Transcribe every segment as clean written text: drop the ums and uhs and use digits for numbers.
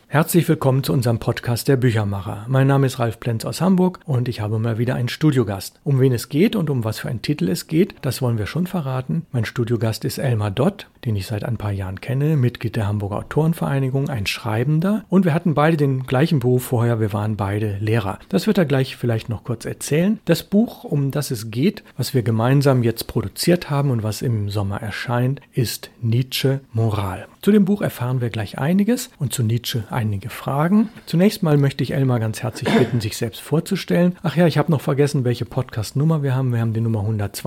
Herzlich willkommen zu unserem Podcast der Büchermacher. Mein Name ist Ralf Plenz aus Hamburg und ich habe mal wieder einen Studiogast. Um wen es geht und um was für einen Titel es geht, das wollen wir schon verraten. Mein Studiogast ist Elmar Dott, den ich seit ein paar Jahren kenne, Mitglied der Hamburger Autorenvereinigung, ein Schreibender. Und wir hatten beide den gleichen Beruf vorher, wir waren beide Lehrer. Das wird er gleich vielleicht noch kurz erzählen. Das Buch, um das es geht, was wir gemeinsam jetzt produziert haben und was im Sommer erscheint, ist Nietzsche Moral. Zu dem Buch erfahren wir gleich einiges und zu Nietzsche einige Fragen. Zunächst mal möchte ich Elmar ganz herzlich bitten, sich selbst vorzustellen. Ach ja, ich habe noch vergessen, welche Podcast-Nummer wir haben. Wir haben die Nummer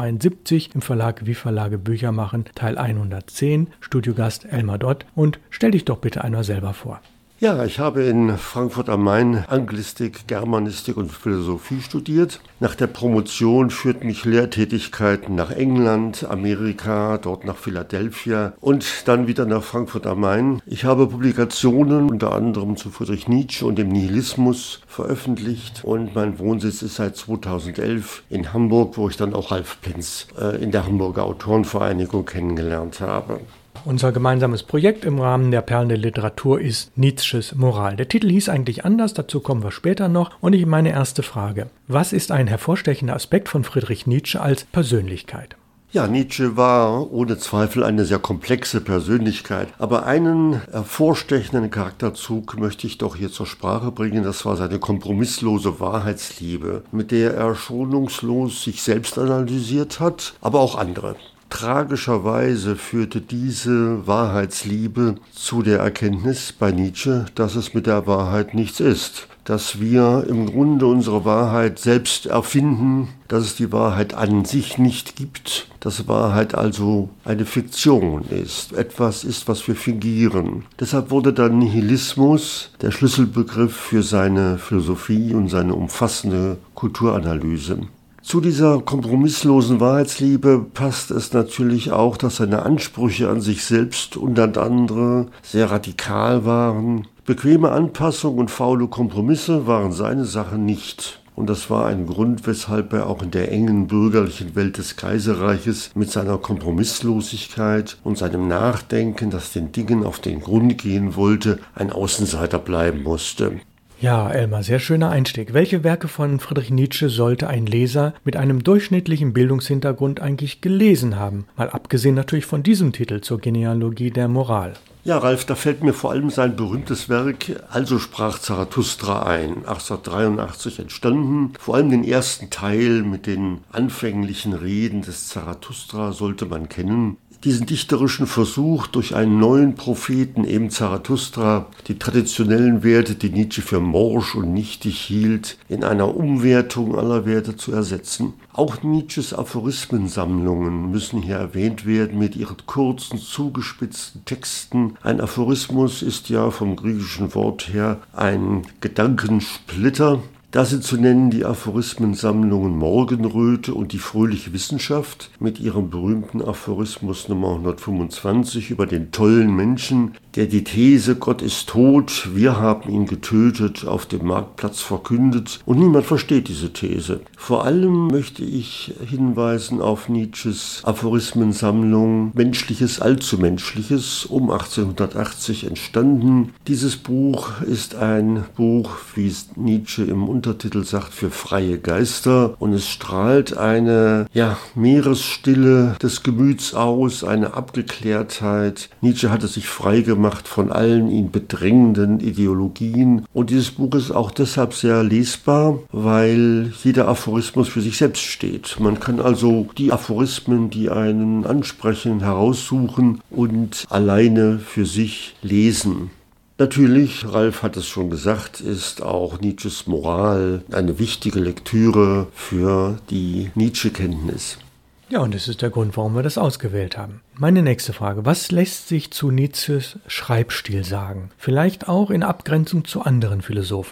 172 im Verlag Wie Verlage Bücher machen, Teil 110, Studiogast Elmar Dott. Und stell dich doch bitte einmal selber vor. Ja, ich habe in Frankfurt am Main Anglistik, Germanistik und Philosophie studiert. Nach der Promotion führten mich Lehrtätigkeiten nach England, Amerika, dort nach Philadelphia und dann wieder nach Frankfurt am Main. Ich habe Publikationen unter anderem zu Friedrich Nietzsche und dem Nihilismus veröffentlicht und mein Wohnsitz ist seit 2011 in Hamburg, wo ich dann auch Ralf Plenz in der Hamburger Autorenvereinigung kennengelernt habe. Unser gemeinsames Projekt im Rahmen der Perlen der Literatur ist Nietzsches Moral. Der Titel hieß eigentlich anders, dazu kommen wir später noch. Und meine erste Frage: Was ist ein hervorstechender Aspekt von Friedrich Nietzsche als Persönlichkeit? Ja, Nietzsche war ohne Zweifel eine sehr komplexe Persönlichkeit. Aber einen hervorstechenden Charakterzug möchte ich doch hier zur Sprache bringen. Das war seine kompromisslose Wahrheitsliebe, mit der er schonungslos sich selbst analysiert hat, aber auch andere. Tragischerweise führte diese Wahrheitsliebe zu der Erkenntnis bei Nietzsche, dass es mit der Wahrheit nichts ist. Dass wir im Grunde unsere Wahrheit selbst erfinden, dass es die Wahrheit an sich nicht gibt, dass Wahrheit also eine Fiktion ist, etwas ist, was wir fingieren. Deshalb wurde dann Nihilismus der Schlüsselbegriff für seine Philosophie und seine umfassende Kulturanalyse. Zu dieser kompromisslosen Wahrheitsliebe passt es natürlich auch, dass seine Ansprüche an sich selbst und an andere sehr radikal waren. Bequeme Anpassung und faule Kompromisse waren seine Sache nicht. Und das war ein Grund, weshalb er auch in der engen bürgerlichen Welt des Kaiserreiches mit seiner Kompromisslosigkeit und seinem Nachdenken, das den Dingen auf den Grund gehen wollte, ein Außenseiter bleiben musste. Ja, Elmar, sehr schöner Einstieg. Welche Werke von Friedrich Nietzsche sollte ein Leser mit einem durchschnittlichen Bildungshintergrund eigentlich gelesen haben? Mal abgesehen natürlich von diesem Titel zur Genealogie der Moral. Ja, Ralf, da fällt mir vor allem sein berühmtes Werk Also sprach Zarathustra ein, 1883 entstanden. Vor allem den ersten Teil mit den anfänglichen Reden des Zarathustra sollte man kennen. Diesen dichterischen Versuch, durch einen neuen Propheten, eben Zarathustra, die traditionellen Werte, die Nietzsche für morsch und nichtig hielt, in einer Umwertung aller Werte zu ersetzen. Auch Nietzsches Aphorismensammlungen müssen hier erwähnt werden mit ihren kurzen, zugespitzten Texten. Ein Aphorismus ist ja vom griechischen Wort her ein Gedankensplitter. Da sind zu nennen die Aphorismensammlungen Morgenröte und die fröhliche Wissenschaft mit ihrem berühmten Aphorismus Nummer 125 über den tollen Menschen, der die These Gott ist tot, wir haben ihn getötet, auf dem Marktplatz verkündet und niemand versteht diese These. Vor allem möchte ich hinweisen auf Nietzsches Aphorismensammlung Menschliches Allzumenschliches um 1880 entstanden. Dieses Buch ist ein Buch, wie es Nietzsche im Untertitel sagt, für freie Geister und es strahlt eine Meeresstille des Gemüts aus, eine Abgeklärtheit. Nietzsche hatte sich frei gemacht von allen ihn bedrängenden Ideologien und dieses Buch ist auch deshalb sehr lesbar, weil jeder Aphorismus für sich selbst steht. Man kann also die Aphorismen, die einen ansprechen, heraussuchen und alleine für sich lesen. Natürlich, Ralf hat es schon gesagt, ist auch Nietzsches Moral eine wichtige Lektüre für die Nietzsche-Kenntnis. Ja, und das ist der Grund, warum wir das ausgewählt haben. Meine nächste Frage: Was lässt sich zu Nietzsches Schreibstil sagen? Vielleicht auch in Abgrenzung zu anderen Philosophen.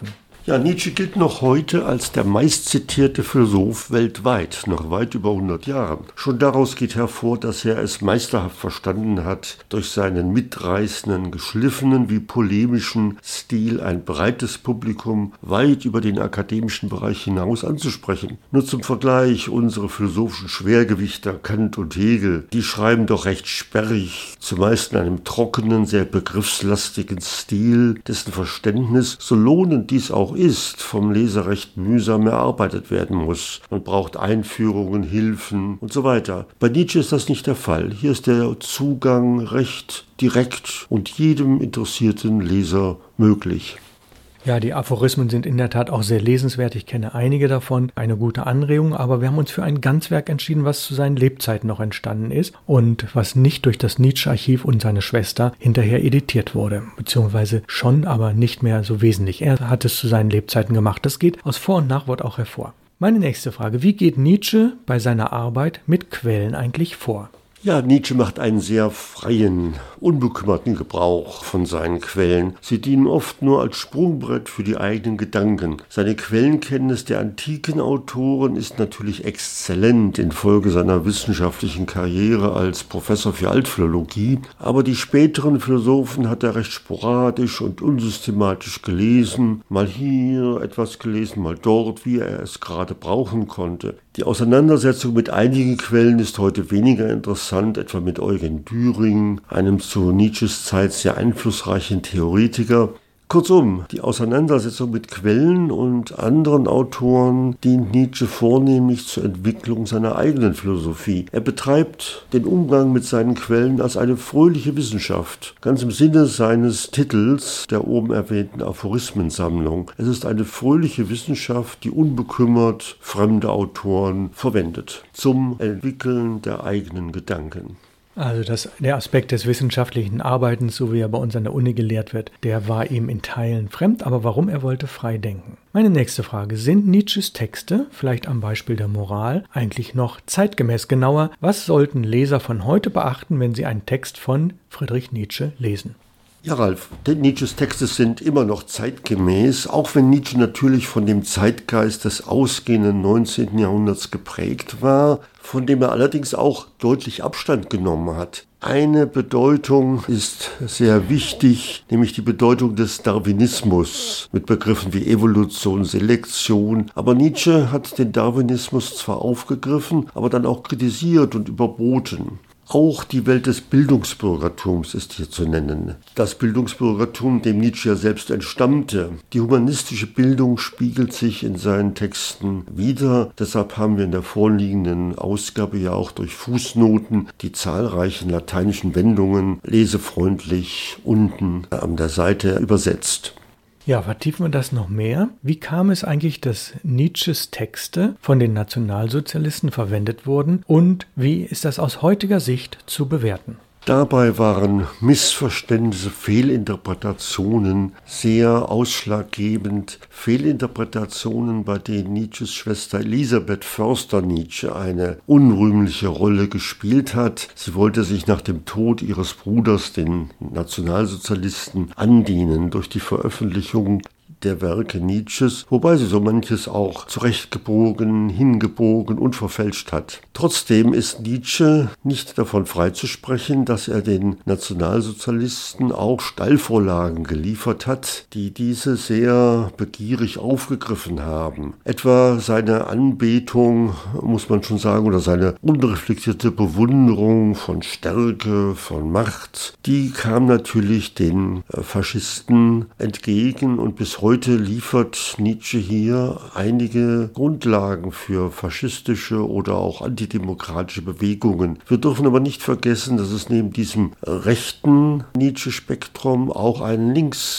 Ja, Nietzsche gilt noch heute als der meistzitierte Philosoph weltweit, nach weit über 100 Jahren. Schon daraus geht hervor, dass er es meisterhaft verstanden hat, durch seinen mitreißenden, geschliffenen wie polemischen Stil ein breites Publikum weit über den akademischen Bereich hinaus anzusprechen. Nur zum Vergleich, unsere philosophischen Schwergewichter Kant und Hegel, die schreiben doch recht sperrig, zumeist in einem trockenen, sehr begriffslastigen Stil, dessen Verständnis, so lohnend dies auch ist, vom Leser recht mühsam erarbeitet werden muss. Man braucht Einführungen, Hilfen und so weiter. Bei Nietzsche ist das nicht der Fall. Hier ist der Zugang recht direkt und jedem interessierten Leser möglich. Ja, die Aphorismen sind in der Tat auch sehr lesenswert. Ich kenne einige davon. Eine gute Anregung, aber wir haben uns für ein Ganzwerk entschieden, was zu seinen Lebzeiten noch entstanden ist und was nicht durch das Nietzsche-Archiv und seine Schwester hinterher editiert wurde. Beziehungsweise schon, aber nicht mehr so wesentlich. Er hat es zu seinen Lebzeiten gemacht. Das geht aus Vor- und Nachwort auch hervor. Meine nächste Frage: Wie geht Nietzsche bei seiner Arbeit mit Quellen eigentlich vor? Ja, Nietzsche macht einen sehr freien, unbekümmerten Gebrauch von seinen Quellen. Sie dienen oft nur als Sprungbrett für die eigenen Gedanken. Seine Quellenkenntnis der antiken Autoren ist natürlich exzellent infolge seiner wissenschaftlichen Karriere als Professor für Altphilologie, aber die späteren Philosophen hat er recht sporadisch und unsystematisch gelesen, mal hier etwas gelesen, mal dort, wie er es gerade brauchen konnte. Die Auseinandersetzung mit einigen Quellen ist heute weniger interessant, etwa mit Eugen Düring, einem zu Nietzsches Zeit sehr einflussreichen Theoretiker. Kurzum, die Auseinandersetzung mit Quellen und anderen Autoren dient Nietzsche vornehmlich zur Entwicklung seiner eigenen Philosophie. Er betreibt den Umgang mit seinen Quellen als eine fröhliche Wissenschaft, ganz im Sinne seines Titels der oben erwähnten Aphorismensammlung. Es ist eine fröhliche Wissenschaft, die unbekümmert fremde Autoren verwendet zum Entwickeln der eigenen Gedanken. Also der Aspekt des wissenschaftlichen Arbeitens, so wie er bei uns an der Uni gelehrt wird, der war ihm in Teilen fremd, aber warum? Er wollte frei denken. Meine nächste Frage: Sind Nietzsches Texte, vielleicht am Beispiel der Moral, eigentlich noch zeitgemäß? Genauer, was sollten Leser von heute beachten, wenn sie einen Text von Friedrich Nietzsche lesen? Ja, Ralf, denn Nietzsches Texte sind immer noch zeitgemäß, auch wenn Nietzsche natürlich von dem Zeitgeist des ausgehenden 19. Jahrhunderts geprägt war, von dem er allerdings auch deutlich Abstand genommen hat. Eine Bedeutung ist sehr wichtig, nämlich die Bedeutung des Darwinismus mit Begriffen wie Evolution, Selektion. Aber Nietzsche hat den Darwinismus zwar aufgegriffen, aber dann auch kritisiert und überboten. Auch die Welt des Bildungsbürgertums ist hier zu nennen. Das Bildungsbürgertum, dem Nietzsche ja selbst entstammte. Die humanistische Bildung spiegelt sich in seinen Texten wider. Deshalb haben wir in der vorliegenden Ausgabe ja auch durch Fußnoten die zahlreichen lateinischen Wendungen lesefreundlich unten an der Seite übersetzt. Ja, vertiefen wir das noch mehr. Wie kam es eigentlich, dass Nietzsches Texte von den Nationalsozialisten verwendet wurden und wie ist das aus heutiger Sicht zu bewerten? Dabei waren Missverständnisse, Fehlinterpretationen sehr ausschlaggebend. Fehlinterpretationen, bei denen Nietzsches Schwester Elisabeth Förster-Nietzsche eine unrühmliche Rolle gespielt hat. Sie wollte sich nach dem Tod ihres Bruders, den Nationalsozialisten, andienen durch die Veröffentlichung der Werke Nietzsches, wobei sie so manches auch zurechtgebogen, hingebogen und verfälscht hat. Trotzdem ist Nietzsche nicht davon freizusprechen, dass er den Nationalsozialisten auch Steilvorlagen geliefert hat, die diese sehr begierig aufgegriffen haben. Etwa seine Anbetung, muss man schon sagen, oder seine unreflektierte Bewunderung von Stärke, von Macht, die kam natürlich den Faschisten entgegen und bis heute liefert Nietzsche hier einige Grundlagen für faschistische oder auch antidemokratische Bewegungen. Wir dürfen aber nicht vergessen, dass es neben diesem rechten Nietzsche-Spektrum auch einen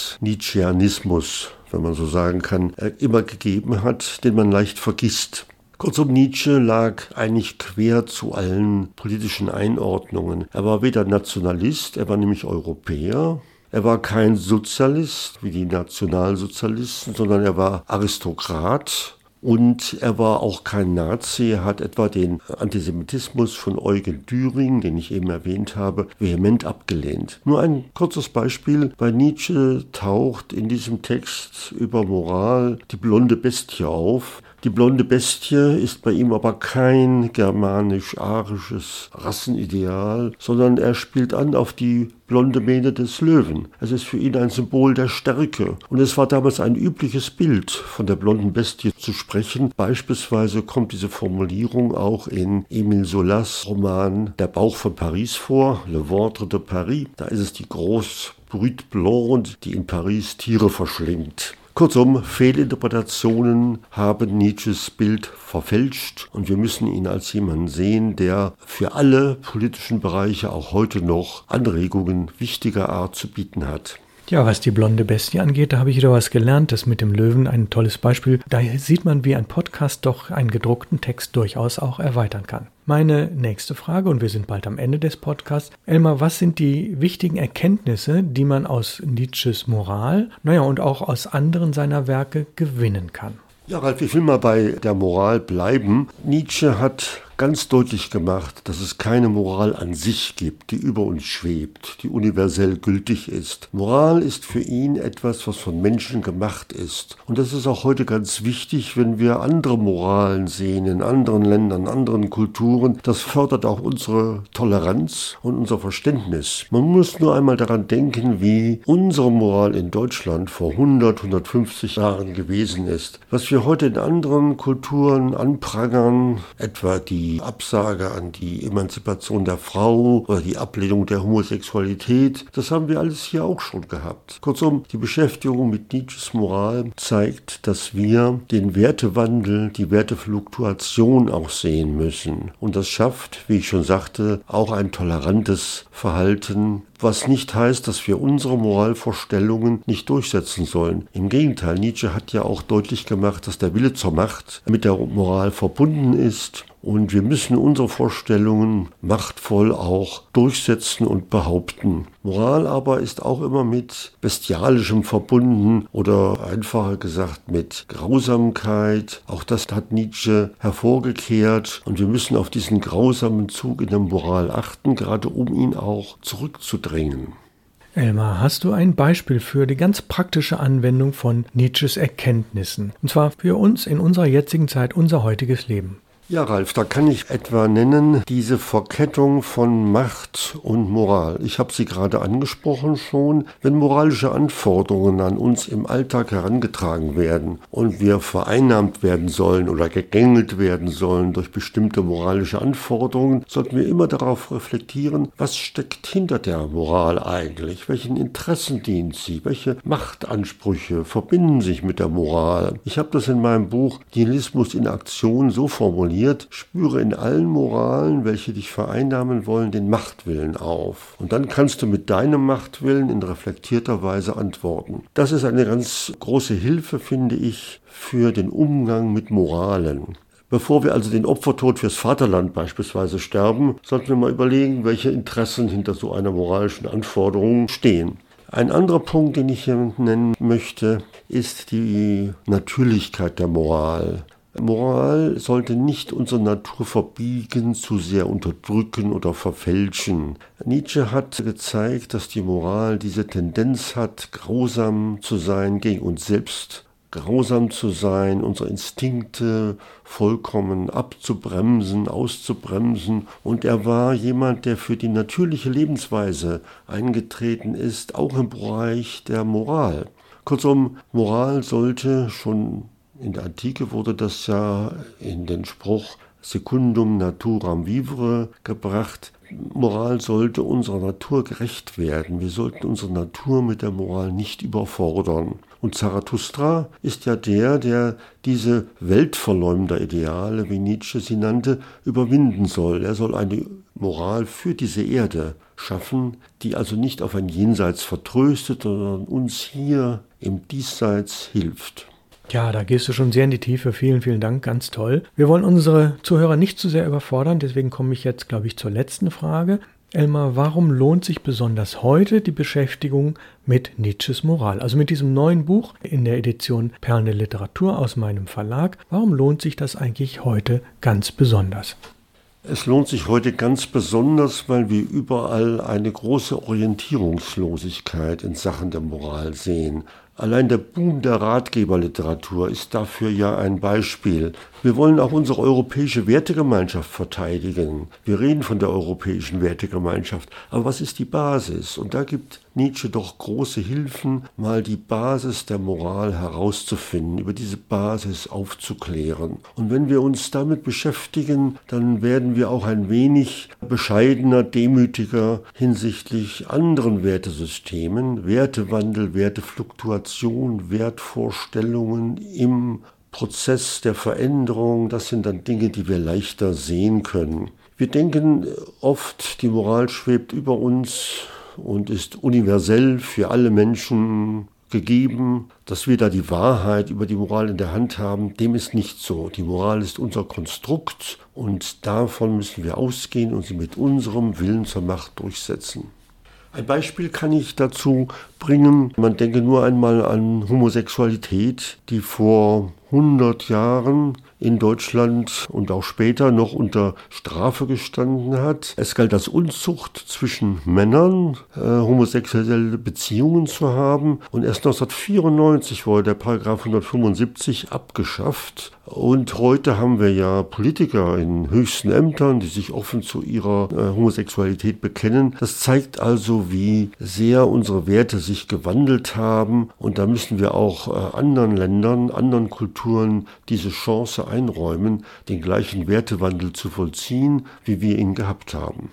Links-Nietzscheanismus, wenn man so sagen kann, immer gegeben hat, den man leicht vergisst. Kurzum, Nietzsche lag eigentlich quer zu allen politischen Einordnungen. Er war weder Nationalist, er war nämlich Europäer. Er war kein Sozialist wie die Nationalsozialisten, sondern er war Aristokrat. Und er war auch kein Nazi, er hat etwa den Antisemitismus von Eugen Düring, den ich eben erwähnt habe, vehement abgelehnt. Nur ein kurzes Beispiel: Bei Nietzsche taucht in diesem Text über Moral die blonde Bestie auf. Die blonde Bestie ist bei ihm aber kein germanisch-arisches Rassenideal, sondern er spielt an auf die blonde Mähne des Löwen. Es ist für ihn ein Symbol der Stärke. Und es war damals ein übliches Bild, von der blonden Bestie zu sprechen. Beispielsweise kommt diese Formulierung auch in Émile Zolas Roman Der Bauch von Paris vor, Le Ventre de Paris. Da ist es die grosse Brute blonde, die in Paris Tiere verschlingt. Kurzum, Fehlinterpretationen haben Nietzsches Bild verfälscht und wir müssen ihn als jemanden sehen, der für alle politischen Bereiche auch heute noch Anregungen wichtiger Art zu bieten hat. Ja, was die blonde Bestie angeht, da habe ich wieder was gelernt. Das mit dem Löwen, ein tolles Beispiel. Da sieht man, wie ein Podcast doch einen gedruckten Text durchaus auch erweitern kann. Meine nächste Frage, und wir sind bald am Ende des Podcasts. Elmar, was sind die wichtigen Erkenntnisse, die man aus Nietzsches Moral, und auch aus anderen seiner Werke gewinnen kann? Ja, Ralf, ich will mal bei der Moral bleiben. Nietzsche hat ganz deutlich gemacht, dass es keine Moral an sich gibt, die über uns schwebt, die universell gültig ist. Moral ist für ihn etwas, was von Menschen gemacht ist. Und das ist auch heute ganz wichtig, wenn wir andere Moralen sehen in anderen Ländern, anderen Kulturen. Das fördert auch unsere Toleranz und unser Verständnis. Man muss nur einmal daran denken, wie unsere Moral in Deutschland vor 100, 150 Jahren gewesen ist. Was wir heute in anderen Kulturen anprangern, etwa die Absage an die Emanzipation der Frau oder die Ablehnung der Homosexualität, das haben wir alles hier auch schon gehabt. Kurzum, die Beschäftigung mit Nietzsches Moral zeigt, dass wir den Wertewandel, die Wertefluktuation auch sehen müssen. Und das schafft, wie ich schon sagte, auch ein tolerantes Verhalten, was nicht heißt, dass wir unsere Moralvorstellungen nicht durchsetzen sollen. Im Gegenteil, Nietzsche hat ja auch deutlich gemacht, dass der Wille zur Macht mit der Moral verbunden ist. Und wir müssen unsere Vorstellungen machtvoll auch durchsetzen und behaupten. Moral aber ist auch immer mit Bestialischem verbunden oder einfacher gesagt mit Grausamkeit. Auch das hat Nietzsche hervorgekehrt. Und wir müssen auf diesen grausamen Zug in der Moral achten, gerade um ihn auch zurückzudrängen. Elmar, hast du ein Beispiel für die ganz praktische Anwendung von Nietzsches Erkenntnissen? Und zwar für uns in unserer jetzigen Zeit, unser heutiges Leben. Ja, Ralf, da kann ich etwa nennen, diese Verkettung von Macht und Moral. Ich habe sie gerade angesprochen schon. Wenn moralische Anforderungen an uns im Alltag herangetragen werden und wir vereinnahmt werden sollen oder gegängelt werden sollen durch bestimmte moralische Anforderungen, sollten wir immer darauf reflektieren, was steckt hinter der Moral eigentlich? Welchen Interessen dient sie? Welche Machtansprüche verbinden sich mit der Moral? Ich habe das in meinem Buch Nihilismus in Aktion so formuliert: Spüre in allen Moralen, welche dich vereinnahmen wollen, den Machtwillen auf. Und dann kannst du mit deinem Machtwillen in reflektierter Weise antworten. Das ist eine ganz große Hilfe, finde ich, für den Umgang mit Moralen. Bevor wir also den Opfertod fürs Vaterland beispielsweise sterben, sollten wir mal überlegen, welche Interessen hinter so einer moralischen Anforderung stehen. Ein anderer Punkt, den ich hier nennen möchte, ist die Natürlichkeit der Moral. Moral sollte nicht unsere Natur verbiegen, zu sehr unterdrücken oder verfälschen. Nietzsche hat gezeigt, dass die Moral diese Tendenz hat, grausam zu sein gegen uns selbst, grausam zu sein, unsere Instinkte vollkommen abzubremsen, auszubremsen. Und er war jemand, der für die natürliche Lebensweise eingetreten ist, auch im Bereich der Moral. Kurzum, Moral sollte schon in der Antike wurde das ja in den Spruch Secundum naturam vivere gebracht. Moral sollte unserer Natur gerecht werden. Wir sollten unsere Natur mit der Moral nicht überfordern. Und Zarathustra ist ja der diese Weltverleumder-Ideale, wie Nietzsche sie nannte, überwinden soll. Er soll eine Moral für diese Erde schaffen, die also nicht auf ein Jenseits vertröstet, sondern uns hier im Diesseits hilft. Ja, da gehst du schon sehr in die Tiefe. Vielen, vielen Dank, ganz toll. Wir wollen unsere Zuhörer nicht zu sehr überfordern, deswegen komme ich jetzt, glaube ich, zur letzten Frage. Elmar, warum lohnt sich besonders heute die Beschäftigung mit Nietzsches Moral? Also mit diesem neuen Buch in der Edition Perlen der Literatur aus meinem Verlag. Warum lohnt sich das eigentlich heute ganz besonders? Es lohnt sich heute ganz besonders, weil wir überall eine große Orientierungslosigkeit in Sachen der Moral sehen. Allein der Boom der Ratgeberliteratur ist dafür ja ein Beispiel. Wir wollen auch unsere europäische Wertegemeinschaft verteidigen. Wir reden von der europäischen Wertegemeinschaft. Aber was ist die Basis? Und da gibt Nietzsche doch große Hilfen, mal die Basis der Moral herauszufinden, über diese Basis aufzuklären. Und wenn wir uns damit beschäftigen, dann werden wir auch ein wenig bescheidener, demütiger hinsichtlich anderen Wertesystemen, Wertewandel, Wertefluktuation, Wertvorstellungen im Prozess der Veränderung. Das sind dann Dinge, die wir leichter sehen können. Wir denken oft, die Moral schwebt über uns und ist universell für alle Menschen gegeben. Dass wir da die Wahrheit über die Moral in der Hand haben, dem ist nicht so. Die Moral ist unser Konstrukt und davon müssen wir ausgehen und sie mit unserem Willen zur Macht durchsetzen. Ein Beispiel kann ich dazu bringen. Man denke nur einmal an Homosexualität, die vor 100 Jahren in Deutschland und auch später noch unter Strafe gestanden hat. Es galt als Unzucht zwischen Männern, homosexuelle Beziehungen zu haben. Und erst 1994 wurde der Paragraph 175 abgeschafft. Und heute haben wir ja Politiker in höchsten Ämtern, die sich offen zu ihrer Homosexualität bekennen. Das zeigt also, wie sehr unsere Werte sich gewandelt haben. Und da müssen wir auch anderen Ländern, anderen Kulturen diese Chance einräumen, den gleichen Wertewandel zu vollziehen, wie wir ihn gehabt haben.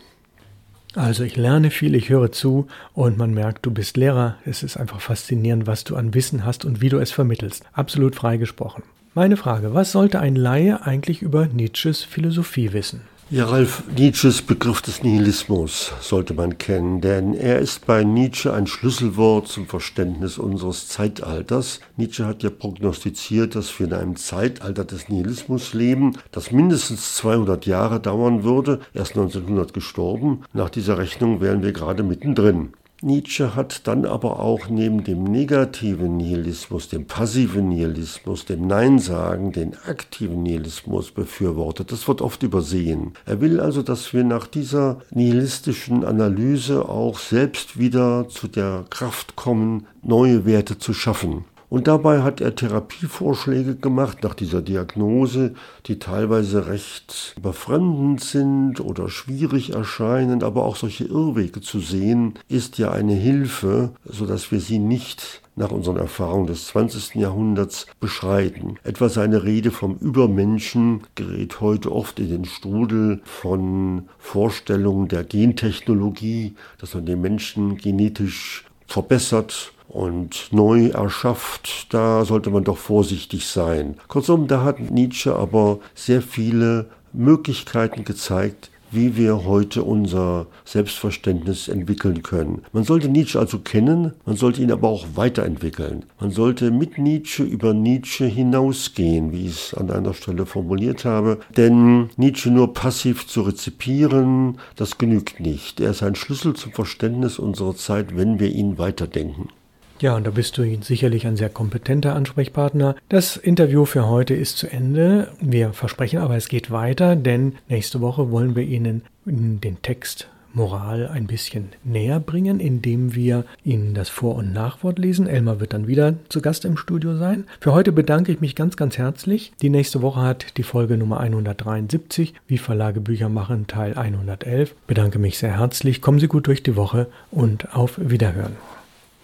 Also ich lerne viel, ich höre zu und man merkt, du bist Lehrer. Es ist einfach faszinierend, was du an Wissen hast und wie du es vermittelst. Absolut frei gesprochen. Meine Frage, was sollte ein Laie eigentlich über Nietzsches Philosophie wissen? Ja, Ralf, Nietzsches Begriff des Nihilismus sollte man kennen, denn er ist bei Nietzsche ein Schlüsselwort zum Verständnis unseres Zeitalters. Nietzsche hat ja prognostiziert, dass wir in einem Zeitalter des Nihilismus leben, das mindestens 200 Jahre dauern würde, erst 1900 gestorben. Nach dieser Rechnung wären wir gerade mittendrin. Nietzsche hat dann aber auch neben dem negativen Nihilismus, dem passiven Nihilismus, dem Nein-Sagen, den aktiven Nihilismus befürwortet. Das wird oft übersehen. Er will also, dass wir nach dieser nihilistischen Analyse auch selbst wieder zu der Kraft kommen, neue Werte zu schaffen. Und dabei hat er Therapievorschläge gemacht nach dieser Diagnose, die teilweise recht befremdend sind oder schwierig erscheinen, aber auch solche Irrwege zu sehen, ist ja eine Hilfe, sodass wir sie nicht nach unseren Erfahrungen des 20. Jahrhunderts beschreiten. Etwa seine Rede vom Übermenschen gerät heute oft in den Strudel von Vorstellungen der Gentechnologie, dass man den Menschen genetisch verbessert und neu erschafft. Da sollte man doch vorsichtig sein. Kurzum, da hat Nietzsche aber sehr viele Möglichkeiten gezeigt, wie wir heute unser Selbstverständnis entwickeln können. Man sollte Nietzsche also kennen, man sollte ihn aber auch weiterentwickeln. Man sollte mit Nietzsche über Nietzsche hinausgehen, wie ich es an einer Stelle formuliert habe. Denn Nietzsche nur passiv zu rezipieren, das genügt nicht. Er ist ein Schlüssel zum Verständnis unserer Zeit, wenn wir ihn weiterdenken. Ja, und da bist du sicherlich ein sehr kompetenter Ansprechpartner. Das Interview für heute ist zu Ende. Wir versprechen aber, es geht weiter, denn nächste Woche wollen wir Ihnen den Text Moral ein bisschen näher bringen, indem wir Ihnen das Vor- und Nachwort lesen. Elmar wird dann wieder zu Gast im Studio sein. Für heute bedanke ich mich ganz, ganz herzlich. Die nächste Woche hat die Folge Nummer 173, wie Verlage Bücher machen, Teil 111. Bedanke mich sehr herzlich. Kommen Sie gut durch die Woche und auf Wiederhören.